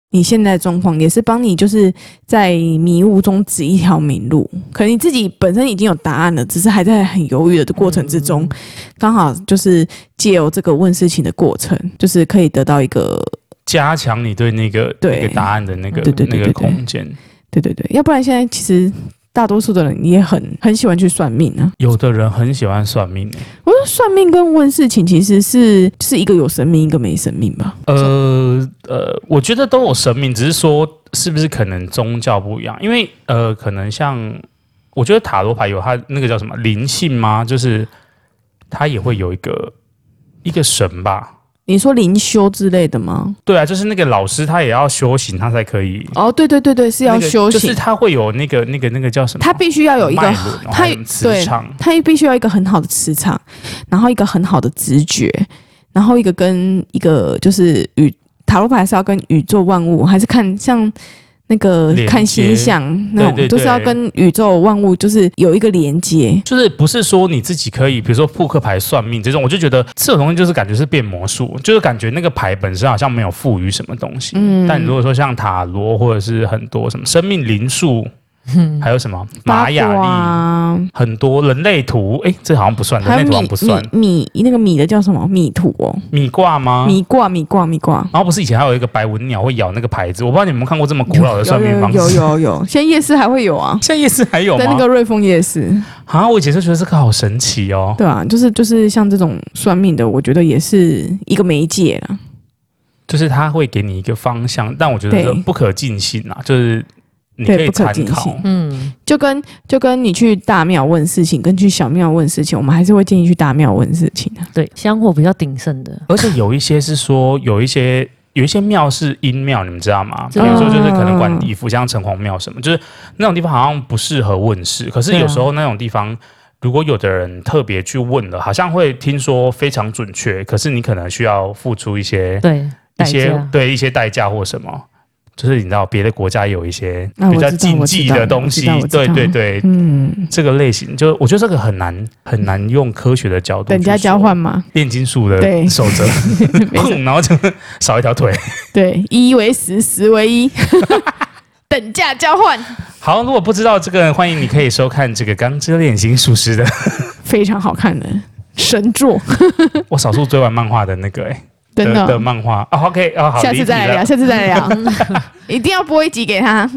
你现在的状况，也是帮你就是在迷雾中指一条明路。可能你自己本身已经有答案了，只是还在很犹豫的过程之中，刚好就是借由这个问事情的过程，就是可以得到一个加强你对那个答案的那个空间。 对，要不然现在其实大多数的人也很喜欢去算命啊。 有的人很喜欢算命我说算命跟问事情其实是一个有神明，一个没神明吧？ 我觉得都有神明，只是说是不是可能宗教不一样？因为可能像我觉得塔罗牌有它那个叫什么灵性吗？就是它也会有一个神吧。 你说灵修之类的吗？ 对啊，就是那个老师他也要修行，他才可以。 哦，对，是要修行， 就是他会有那个叫什么？ 他必须要有一个磁场， 他必须要一个很好的磁场，然后一个很好的直觉，然后一个跟一个就是塔罗牌是要跟宇宙万物，还是看像那个看星象那种，就是要跟宇宙万物就是有一个连接， 就是不是说你自己可以，比如说扑克牌算命这种，我就觉得这种东西就是感觉是变魔术，就是感觉那个牌本身好像没有赋予什么东西。但如果说像塔罗或者是很多什么生命灵数。还有什么玛雅历，很多人类图，这好像不算，人类图好像不算。 那个米的叫什么？米图哦， 米卦吗？ 米卦。 然后不是以前还有一个白文鸟会咬那个牌子，我不知道你们有没有看过这么古老的算命方式。 有，现在夜市还会有啊。 现在夜市还有吗？ 在那个瑞丰夜市。 我以前就觉得这个好神奇哦。 对啊，就是像这种算命的，我觉得也是一个媒介啦。 就是他会给你一个方向，但我觉得不可尽信啊，就是你可以参考。 就跟你去大庙问事情，跟去小庙问事情，我们还是会建议去大庙问事情的。 对，香火比较鼎盛的， 而且有一些是说有一些庙是阴庙，你们知道吗？比如说就是可能管地府，像城隍庙什么，就是那种地方好像不适合问事。可是有时候那种地方，如果有的人特别去问了，好像会听说非常准确，可是你可能需要付出一些一些代价或什么。就是你知道别的国家有一些比较禁忌的东西，对，这个类型就我觉得这个很难用科学的角度等价交换嘛， 炼金术的守则，然后就少一条腿， 对，1为10， 10为1，等价交换。 好，如果不知道这个，欢迎你可以收看这个《钢之炼金术师》的非常好看的神作， 我少数追完漫画的那个的漫画OK 好， 下次再来聊，一定要播一集给他，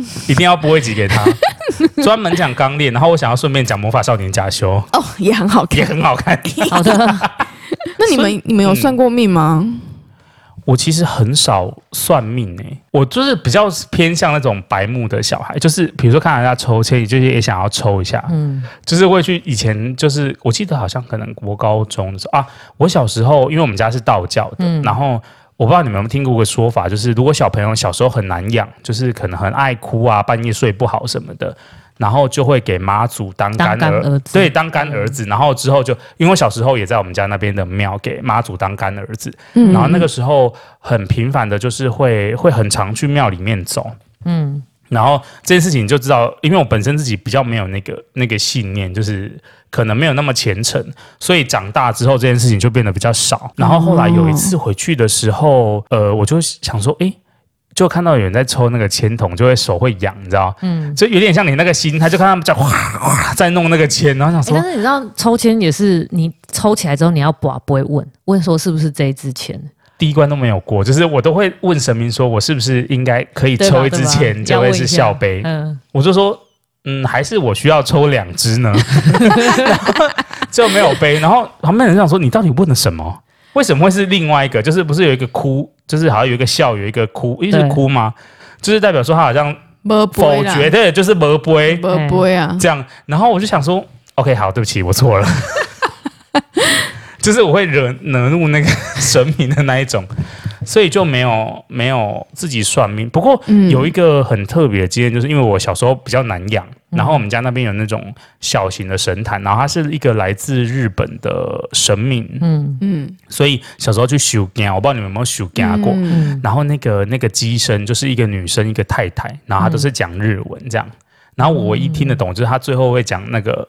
专门讲钢炼，然后我想要顺便讲魔法少年假修也很好看， 好的。 那你们有算过命吗？ 我其实很少算命我就是比较偏向那种白目的小孩，就是比如说看人家抽签，就是也想要抽一下，就是会去以前就是我记得好像可能国高中的时候我小时候因为我们家是道教的，然后我不知道你们有没有听过个说法，就是如果小朋友小时候很难养，就是可能很爱哭半夜睡不好什么的。然后就会给妈祖当干儿子，对，当干儿子。然后之后就因为我小时候也在我们家那边的庙给妈祖当干儿子，然后那个时候很频繁的，就是会很常去庙里面走，然后这件事情就知道，因为我本身自己比较没有那个信念，就是可能没有那么虔诚，所以长大之后这件事情就变得比较少。然后后来有一次回去的时候，我就想说，就看到有人在抽那个签筒，就会手会痒，你知道？就有点像你那个心，他就看他们在哗在弄那个签，然后想说， 但是你知道抽签也是，你抽起来之后你要不会问说是不是这一支签？ 第一关都没有过，就是我都会问神明说，我是不是应该可以抽一支签，就会是孝杯？我就说，还是我需要抽2支呢？然后就没有杯，然后旁边人想说，你到底问了什么？为什么会是另外一个？就是不是有一个哭，就是好像有一个笑，有一个哭，是哭吗？就是代表说他好像否决的，就是没杯啊，这样。然后我就想说 ，OK， 好，对不起，我错了。就是我会惹怒那个神明的那一种，所以就没有自己算命。不过有一个很特别的经验，就是因为我小时候比较难养，然后我们家那边有那种小型的神坛，然后它是一个来自日本的神明，所以小时候去修家，我不知道你们有没有修家过，然后那个机身就是一个女生一个太太，然后她都是讲日文这样，然后我一听得懂，就是她最后会讲那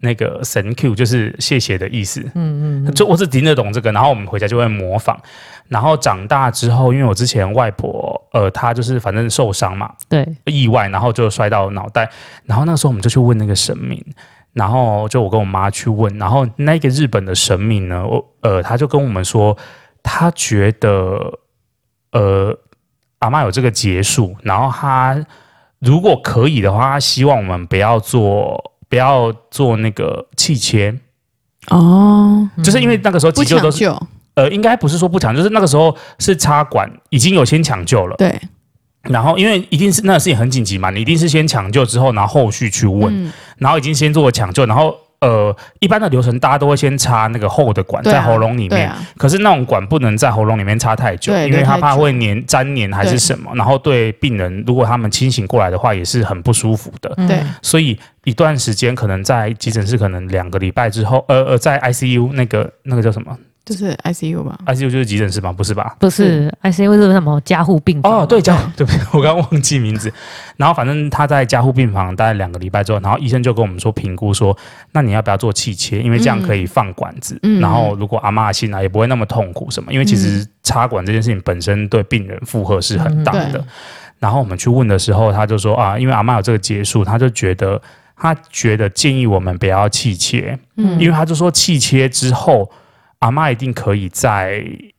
那个神 Q 就是谢谢的意思，就我只听得懂这个，然后我们回家就会模仿。然后长大之后，因为我之前外婆她就是反正受伤嘛， 对， 意外，然后就摔到脑袋，然后那个时候我们就去问那个神明，然后就我跟我妈去问，然后那个日本的神明呢，他就跟我们说，他觉得阿嬷有这个结束，然后他如果可以的话，他希望我们不要做那个气切哦，就是因为那个时候急救都是应该不是说不抢，就是那个时候是插管已经有先抢救了， 对。 然后因为一定是那个事情很紧急嘛，你一定是先抢救之后，然后后续去问，然后已经先做了抢救，然后一般的流程大家都会先插那个厚的管在喉咙里面，可是那种管不能在喉咙里面插太久，因为他怕会粘黏还是什么，然后对病人如果他们清醒过来的话也是很不舒服的， 对， 所以一段时间可能在急诊室可能2个礼拜之后，在 ICU 那个叫什么？ 就是 ICU 吧 ，ICU 就是急诊室吗？不是吧？ 不是 ICU 是什么加护病房？ 哦，对，对不起，我刚刚忘记名字。然后反正他在加护病房大概2个礼拜之后，然后医生就跟我们说评估说，那你要不要做气切？因为这样可以放管子，然后如果阿嬷醒来也不会那么痛苦什么。因为其实插管这件事情本身对病人负荷是很大的。然后我们去问的时候，他就说啊，因为阿嬷有这个结束，他觉得建议我们不要气切，因为他就说气切之后。阿嬷一定可以再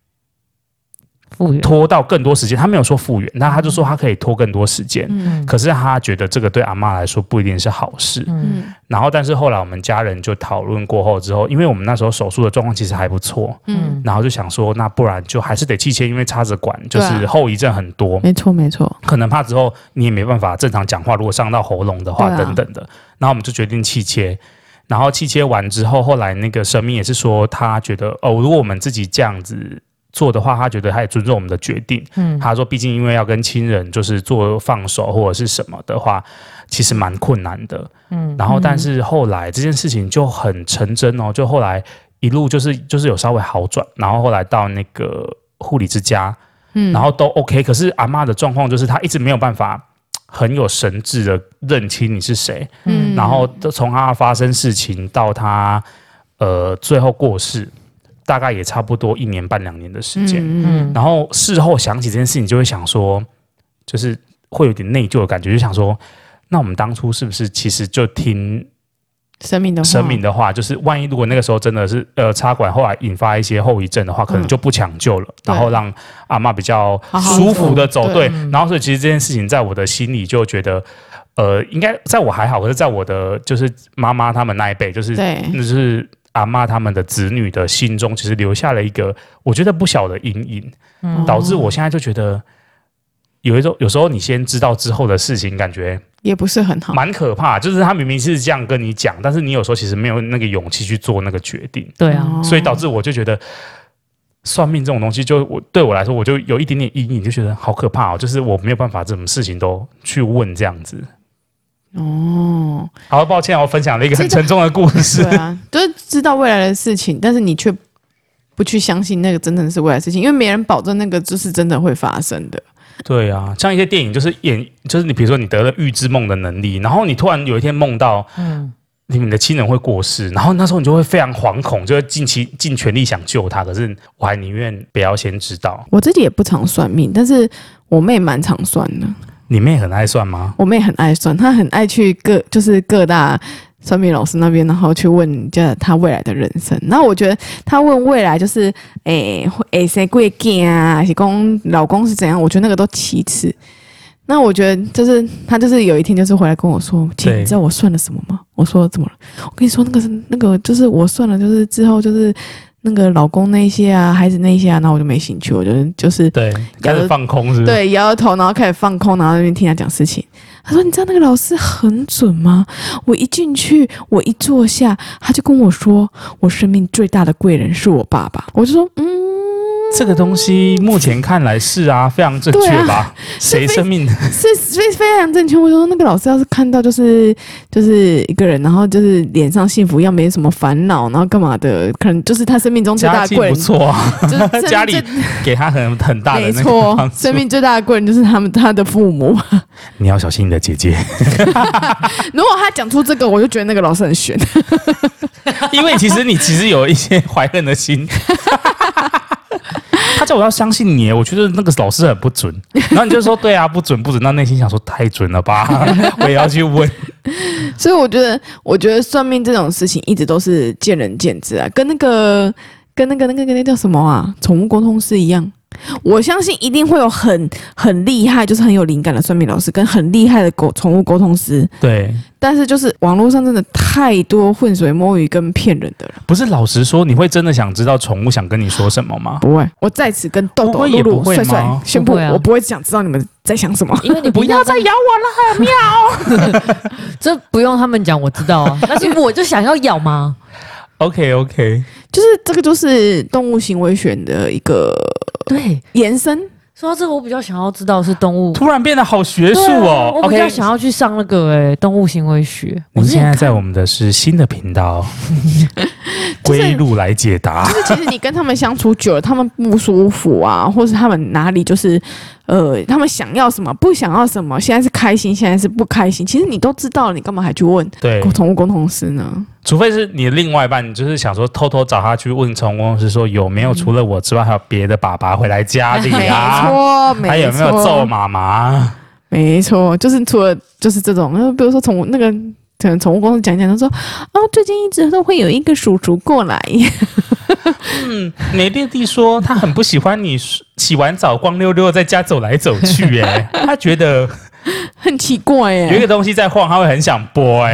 拖到更多时间，他没有说复原，那他就说他可以拖更多时间。可是他觉得这个对阿嬷来说不一定是好事。然后但是后来我们家人就讨论过后之后，因为我们那时候手术的状况其实还不错，然后就想说，那不然就还是得气切，因为插着管就是后遗症很多。 没错， 可能怕之后你也没办法正常讲话，如果伤到喉咙的话，等等的。然后我们就决定气切。然后气切完之后，后来那个神明也是说，他觉得如果我们自己这样子做的话，他觉得他也尊重我们的决定。他说，毕竟因为要跟亲人就是做放手或者是什么的话，其实蛮困难的。然后但是后来这件事情就很成真哦，就后来一路就是有稍微好转，然后后来到那个护理之家，然后都 OK。可是阿嬷的状况就是她一直没有办法。很有神智的认清你是谁，然后从他发生事情到他最后过世，大概也差不多1年半2年的时间。然后事后想起这件事情，就会想说，就是会有点内疚的感觉，就想说，那我们当初是不是其实就听神明的话，就是万一如果那个时候真的是插管，后来引发一些后遗症的话，可能就不抢救了，然后让阿嬷比较舒服的走。对，然后所以其实这件事情在我的心里就觉得，应该在我还好，可是在我的就是妈妈他们那一辈，就是阿嬷他们的子女的心中，其实留下了一个我觉得不小的阴影，导致我现在就觉得。有时候你先知道之后的事情，感觉也不是很好， 蛮可怕。就是他明明是这样跟你讲，但是你有时候其实没有那个勇气去做那个决定。 对啊， 所以导致我就觉得算命这种东西，对我来说，我就有一点点阴影，就觉得好可怕哦。就是我没有办法，这种事情都去问这样子。哦，好，抱歉，我分享了一个很沉重的故事。 对啊，就是知道未来的事情，但是你却不去相信那个真的是未来的事情，因为没人保证那个就是真的会发生的。 对啊，像一些电影就是你比如说你得了预知梦的能力，然后你突然有一天梦到，你的亲人会过世，然后那时候你就会非常惶恐，就会尽全力想救他，可是我还宁愿不要先知道。 我自己也不常算命，但是我妹蛮常算的。 你妹很爱算吗？ 我妹很爱算，她很爱去各大算命老师那边，然后去问她未来的人生。然后我觉得她问未来就是生贵囝啊，还是讲老公是怎样，我觉得那个都其次。那我觉得就是她就是有一天就是回来跟我说，姐，你知道我算了什么吗？我说怎么了？我跟你说那个就是我算了，就是之后就是那个老公那些啊，孩子那些啊，然后我就没兴趣，我就是对开始放空是不是？ 对，摇摇头，然后开始放空，然后那边听他讲事情。他说：“你知道那个老师很准吗？我一进去，我一坐下，他就跟我说，我生命最大的贵人是我爸爸。”我就说：“ 这个东西目前看来是啊，非常正确吧？谁生命是非常正确。我说那个老师要是看到就是一个人，然后就是脸上幸福一样，没什么烦恼，然后干嘛的，可能就是他生命中最大的贵人， 不错啊，就是家里给他很大的那个，没错，生命最大的贵人就是他的父母。 你要小心你的姐姐。 如果他讲出这个，我就觉得那个老师很悬。 因为其实有一些怀恨的心。他叫我要相信你，我觉得那个老师很不准。然后你就说对啊，不准。那内心想说太准了吧，我也要去问。 所以我觉得算命这种事情一直都是见仁见智啊，跟那个叫什么啊，宠物沟通师一样。我相信一定会有很厉害，就是很有灵感的算命老师，跟很厉害的宠物沟通师。 对， 但是就是网络上真的太多浑水摸鱼跟骗人的了。 不是，老实说，你会真的想知道宠物想跟你说什么吗？ 不会，我在此跟豆豆、露露、帅帅宣布，我不会想知道你们在想什么， 因为你不要再咬我了，喵！ 这不用他们讲，我知道啊。但是我就想要咬吗 ？OK， 就是这个就是动物行为学的一个延伸。 说到这个，我比较想要知道是动物， 突然变得好学术哦。 我比较想要去上那个动物行为学。 我们现在在我们的是新的频道，归路来解答。 就是其实你跟他们相处久了，他们不舒服啊，或是他们哪里就是他们想要什么，不想要什么，现在是开心，现在是不开心，其实你都知道了，你干嘛还去问宠物沟通师呢？ 除非是你的另外一半，你就是想说偷偷找他去问宠物沟通师说有没有除了我之外还有别的爸爸回来家里啊？ 没错， 还有没有揍妈妈？ 没错，就是除了就是这种，比如说宠物那个可能宠物公司讲他说最近一直都会有一个叔叔过来。 美丽蒂说她很不喜欢你洗完澡光溜溜在家走来走去，她觉得很奇怪耶， 有一个东西在晃，她会很想播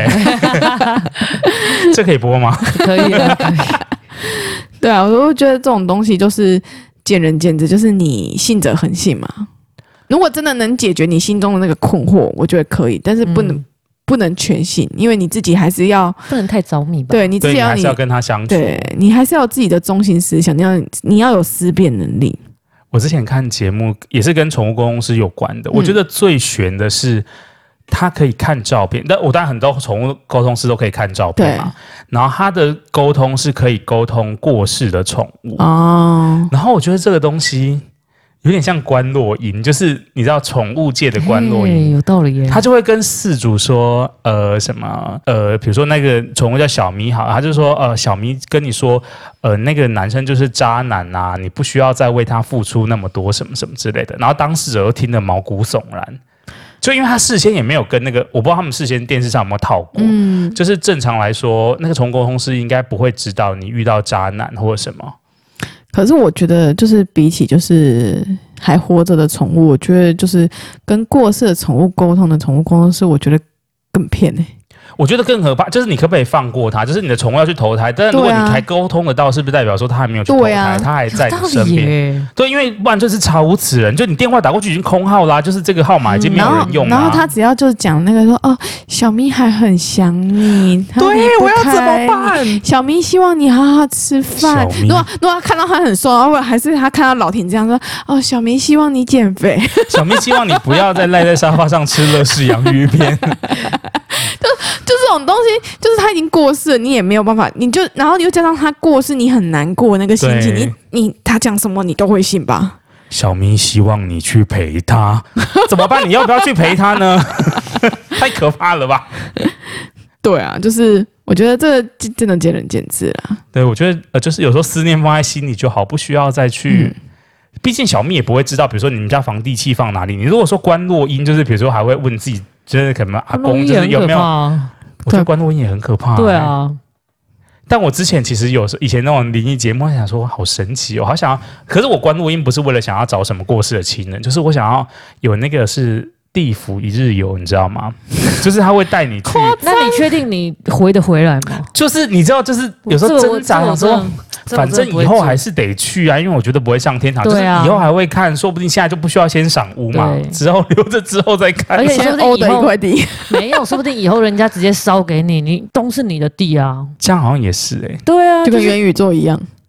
这可以播吗？ 可以。 对啊，我觉得这种东西就是见仁见智，就是你信者恒信嘛。如果真的能解决你心中的那个困惑，我觉得可以，但是不能全信，因为你自己还是要不能太着迷吧。 对，你自己还是要跟他相处， 对，你还是要有自己的中心思想，你要有思辨能力。 我之前看节目也是跟宠物沟通师有关的，我觉得最悬的是他可以看照片，但我当然很多宠物沟通师都可以看照片嘛，然后他的沟通是可以沟通过世的宠物哦，然后我觉得这个东西有点像观落阴，就是你知道宠物界的观落阴， 有道理耶。 他就会跟饲主说，什么，比如说那个宠物叫小咪好，他就说，小咪跟你说，那个男生就是渣男啊，你不需要再为他付出那么多什么什么之类的。然后当事者又听得毛骨悚然，就因为他事先也没有跟那个，我不知道他们事先电视上有没有套过，就是正常来说，那个宠物沟通师应该不会知道你遇到渣男或者什么。 可是我觉得，就是比起就是还活着的宠物，我觉得就是跟过世的宠物沟通的宠物沟通师，我觉得更骗我觉得更可怕，就是你可不可以放过他？就是你的宠物要去投胎，但是如果你还沟通得到，是不是代表说他还没有去投胎，他还在你身边？对，因为不然就是查无此人，就你电话打过去已经空号啦，就是这个号码已经没有人用了。 然后他只要就是讲那个说小咪还很想你， 对，我要怎么办？ 小咪希望你好好吃饭。如果他看到他很瘦，然后还是他看到老婷这样说，小咪希望你减肥， 小咪希望你不要再赖在沙发上吃乐事洋芋片。 就这种东西，就是他已经过世了，你也没有办法，然后又加上他过世，你很难过那个心情，他讲什么你都会信吧？ 小咪希望你去陪他，怎么办？你要不要去陪他呢？太可怕了吧？ 对啊，就是我觉得这真的见仁见智啦。 对，我觉得就是有时候思念放在心里就好，不需要再去。毕竟小咪也不会知道，比如说你们家房地契放哪里。你如果说观落阴，就是比如说还会问自己，就是可能阿公就是有没有？我觉得观落阴也很可怕。 对啊。 但我之前其实以前那种灵异节目，我想说好神奇哦，好想要。可是我观落阴不是为了想要找什么过世的亲人，就是我想要有那个是地府一日游，你知道吗？就是他会带你去。 那你确定你回得回来吗？ 就是你知道，就是有时候挣扎的时候。反正以后还是得去啊，因为我觉得不会上天堂，就是以后还会看，说不定现在就不需要先赏屋嘛，之后留着之后再看。 而且说不定以后一块地没有，说不定以后人家直接烧给你，你都是你的地啊。 这样好像也是对啊， 就跟元宇宙一样。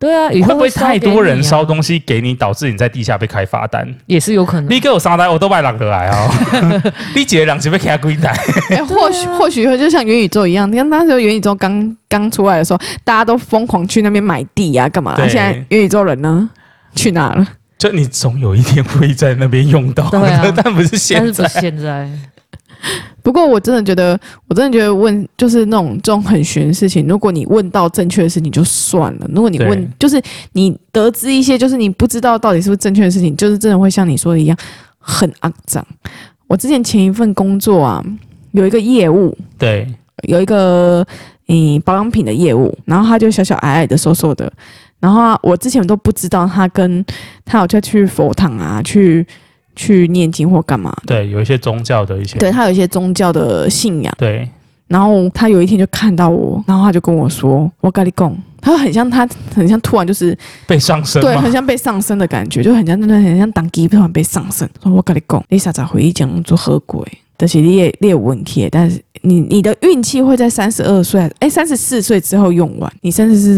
对啊， 会不会太多人烧东西给你，导致你在地下被开罚单？ 也是有可能。 你给我3台，我都买2个来哦。你几个人是被开几台？ 或许会就像元宇宙一样，你看那时候元宇宙刚出来的时候，大家都疯狂去那边买地啊，干嘛？现在元宇宙人呢，去哪了？ 就你总有一天会在那边用到的，但不是现在。 不过我真的觉得问就是那种这种很玄的事情，如果你问到正确的事情就算了，如果你问就是你得知一些就是你不知道到底是不是正确的事情，就是真的会像你说的一样很肮脏。我之前前一份工作啊，有一个业务， 对， 有一个保养品的业务，然后他就小小矮矮的瘦瘦的，然后我之前都不知道他有在去佛堂啊去念经或干嘛的。 对，有一些宗教的一些， 对，他有一些宗教的信仰。 对， 然后他有一天就看到我，然后他就跟我说：“我跟你讲，他很像突然就是被上身， 对，很像被上身的感觉，就很像当机突然被上身。说我跟你讲，你啥子回忆讲做何鬼？但是你也有问题，但是你的运气会在34岁之后用完。你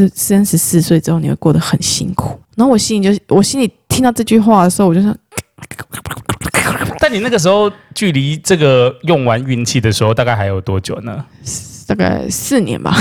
34岁之后，你会过得很辛苦。然后我心里听到这句话的时候，我就说。” 但你那个时候距离这个用完运气的时候，大概还有多久呢？ 大概4年吧。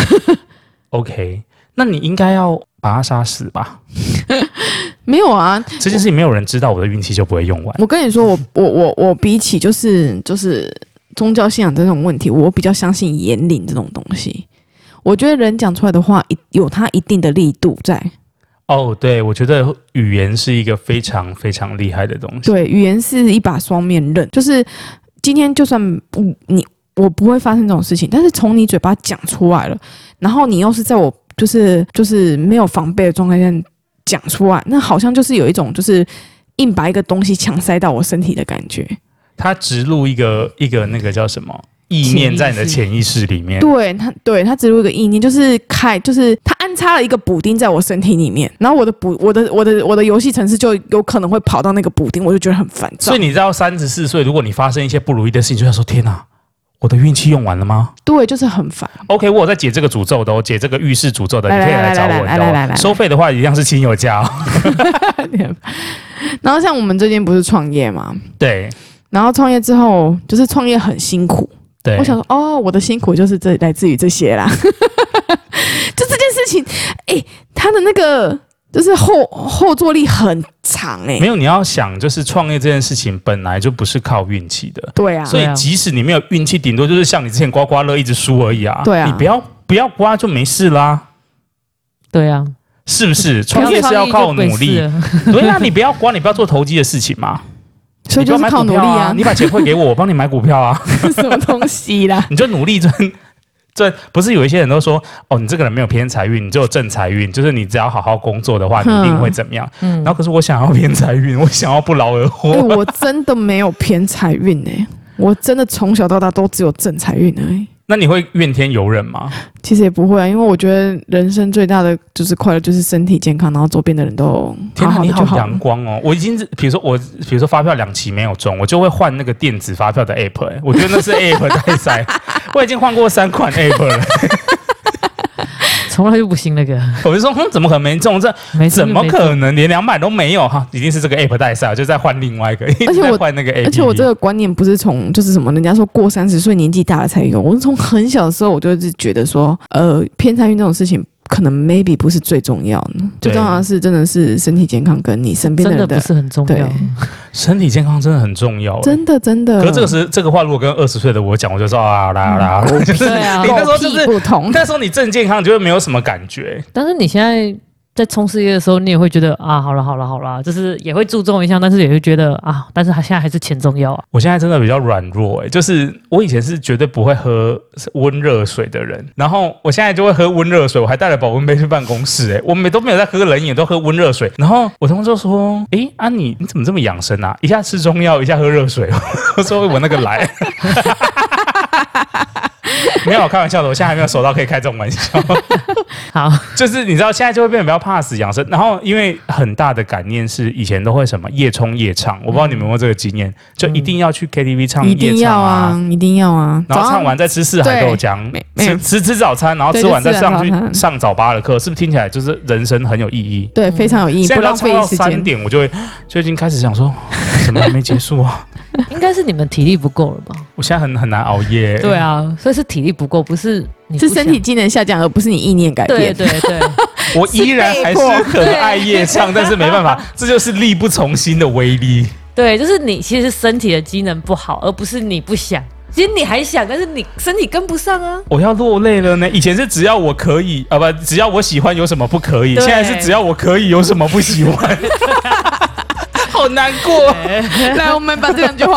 OK， 那你应该要把他杀死吧？ 没有啊， 这件事情没有人知道，我的运气就不会用完。 我跟你说，我比起就是宗教信仰这种问题，我比较相信言灵这种东西。我觉得人讲出来的话有它一定的力度在。 哦，对，我觉得语言是一个非常非常厉害的东西。 对，语言是一把双面刃，就是今天就算我不会发生这种事情，但是从你嘴巴讲出来了，然后你又是在我就是没有防备的状态下讲出来，那好像就是有一种就是硬把一个东西强塞到我身体的感觉。 它植入一个那个叫什么？意念在你的潜意识里面，他植入一个意念，就是他安插了一个补丁在我身体里面，然后我的游戏程式就有可能会跑到那个补丁，我就觉得很烦躁。所以你知道34岁，如果你发生一些不如意的事情，就要说天哪，我的运气用完了吗？ 对，就是很烦。 OK， 我有在解这个诅咒的，我解这个浴室诅咒的，你可以来找我的。收费的话一样是亲友价哦。 然后像我们最近不是创业嘛？ 对。 然后创业之后，就是创业很辛苦。 对， 我想说，我的辛苦就是来自于这些啦。就这件事情，他的那个就是后坐力很长没有，你要想，就是创业这件事情本来就不是靠运气的。 对啊， 所以即使你没有运气，顶多就是像你之前刮刮乐一直输而已啊。 对啊， 你不要刮就没事啦。 对啊， 是不是？创业是要靠努力。对啊，你不要刮，你不要做投机的事情嘛。 所以就是靠努力啊！ 你把钱汇给我，我帮你买股票啊！ 什么东西啦？ 你就努力赚。不是有一些人都说你这个人没有偏财运，你只有正财运，就是你只要好好工作的话，你一定会怎么样？然后可是我想要偏财运，我想要不劳而获。 我真的没有偏财运我真的从小到大都只有正财运而已。 那你会怨天尤人吗？ 其实也不会啊，因为我觉得人生最大的就是快乐，就是身体健康，然后周边的人都好好的就好。 天哪，你好阳光哦！我已经比如说发票2期没有中，我就会换那个电子发票的 app。我觉得那是 app 带塞，我已经换过3款 app 了。 从来就不信那个， 我就说，怎么可能没中？怎么可能连200都没有哈？一定是这个 app 带赛，就再换另外一个， 而且我换那个 app。 而且我这个观念不是从就是什么，人家说过30岁年纪大了才有，我是从很小的时候我就是觉得说，偏财运这种事情。可能 maybe 不是最重要的，最重要的是真的是身体健康跟你身边的人真的不是很重要。 身体健康真的很重要， 真的。 可是这个话如果跟20岁的我讲，我就说就是你那时候就是不同。 那时候你正健康，就会没有什么感觉。 但是你现在在冲事业的时候，你也会觉得好了，就是也会注重一下，但是也会觉得但是他现在还是钱重要啊。 我现在真的比较软弱就是我以前是绝对不会喝温热水的人，然后我现在就会喝温热水，我还带了保温杯去办公室我们都没有在喝冷饮，都喝温热水。然后我同事就说你怎么这么养生啊？一下吃中药，一下喝热水。我说我那个来。 没有开玩笑的，我现在还没有熟到可以开这种玩笑。 好， 就是你知道现在就会变得比较怕死养生，然后因为很大的感念是以前都会什么夜冲夜唱，我不知道你们有没有这个经验，就一定要去 KTV 唱夜唱啊， 一定要啊，一定要啊， 然后唱完再吃四海豆浆，吃早餐，然后吃完再上去上早八的课，是不是听起来就是人生很有意义？ 对，非常有意义，不浪费时间。 3点我就已经开始想说，怎么还没结束啊？ 应该是你们体力不够了吧？ 我现在很难熬夜。 对啊，所以是体力不够，不是你是身体机能下降，而不是你意念改变。 对， 我依然还是很爱夜唱，但是没办法，这就是力不从心的威力。 对，就是你其实身体的机能不好，而不是你不想。其实你还想，但是你身体跟不上啊！ 我要落泪了呢。以前是只要我可以不，只要我喜欢有什么不可以？现在是只要我可以有什么不喜欢？好难过。 来，我们把这两句话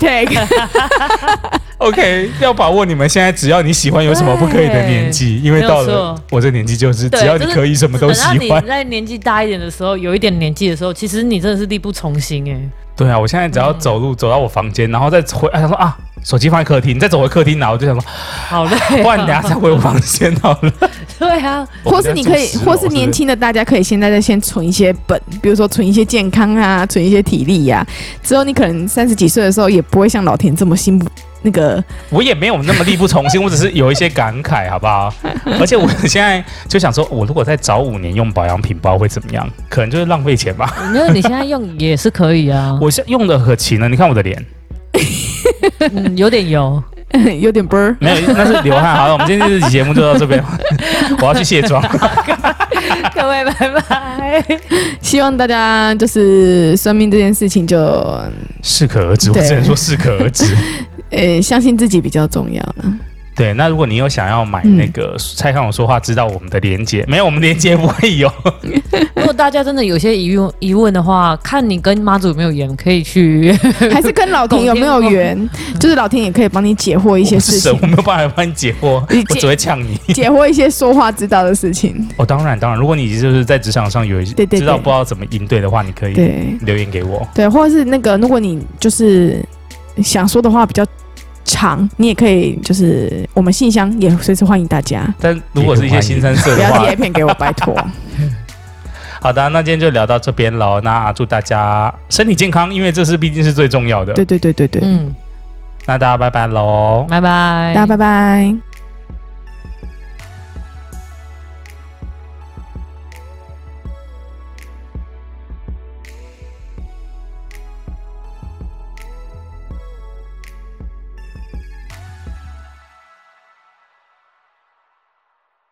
#OK， 要把握你们现在只要你喜欢有什么不可以的年纪，因为到了我这年纪就是只要你可以什么都喜欢。 等到你在年纪大一点的时候，有一点年纪的时候，其实你真的是力不从心哎。 对啊，我现在只要走路走到我房间，然后再回，想说啊，手机放在客厅，再走回客厅，然后我就想说， 好累， 不然等下再回我房间好了。 对啊， 或是你可以，或是年轻的大家可以现在先存一些本，比如说存一些健康啊，存一些体力呀，之后你可能30几岁的时候也不会像老田这么心不。那个我也没有那么力不从心，我只是有一些感慨，好不好？而且我现在就想说，我如果再早5年用保养品包会怎么样？可能就是浪费钱吧。 没有，你现在用也是可以啊。 我现在用的可勤了，你看我的脸， 有点油， 有点啵儿， 没有，那是流汗。好了，我们今天这期节目就到这边，我要去卸妆。 各位拜拜。 希望大家就是生命这件事情就适可而止，我只能说适可而止。 相信自己比较重要了。 对，那如果你有想要买那个蔡康永说话知道我们的连结，没有，我们连结不会有。 如果大家真的有些疑问的话，看你跟妈祖有没有缘，可以去， 还是跟老田有没有缘，就是老田也可以帮你解惑一些事情。 我没有办法帮你解惑，我只会呛你。 解惑一些说话知道的事情。 哦，当然，如果你就是在职场上有知道不知道怎么应对的话，你可以留言给我。 对，或者是那个，如果你就是想说的话比较长，你也可以就是我们信箱也随时欢迎大家。 但如果是一些新三色的话， 不要贴片给我，拜托。 好的，那今天就聊到这边了。那祝大家身体健康，因为这是毕竟是最重要的。 对。那那大家拜拜喽， 拜拜， 大家拜拜。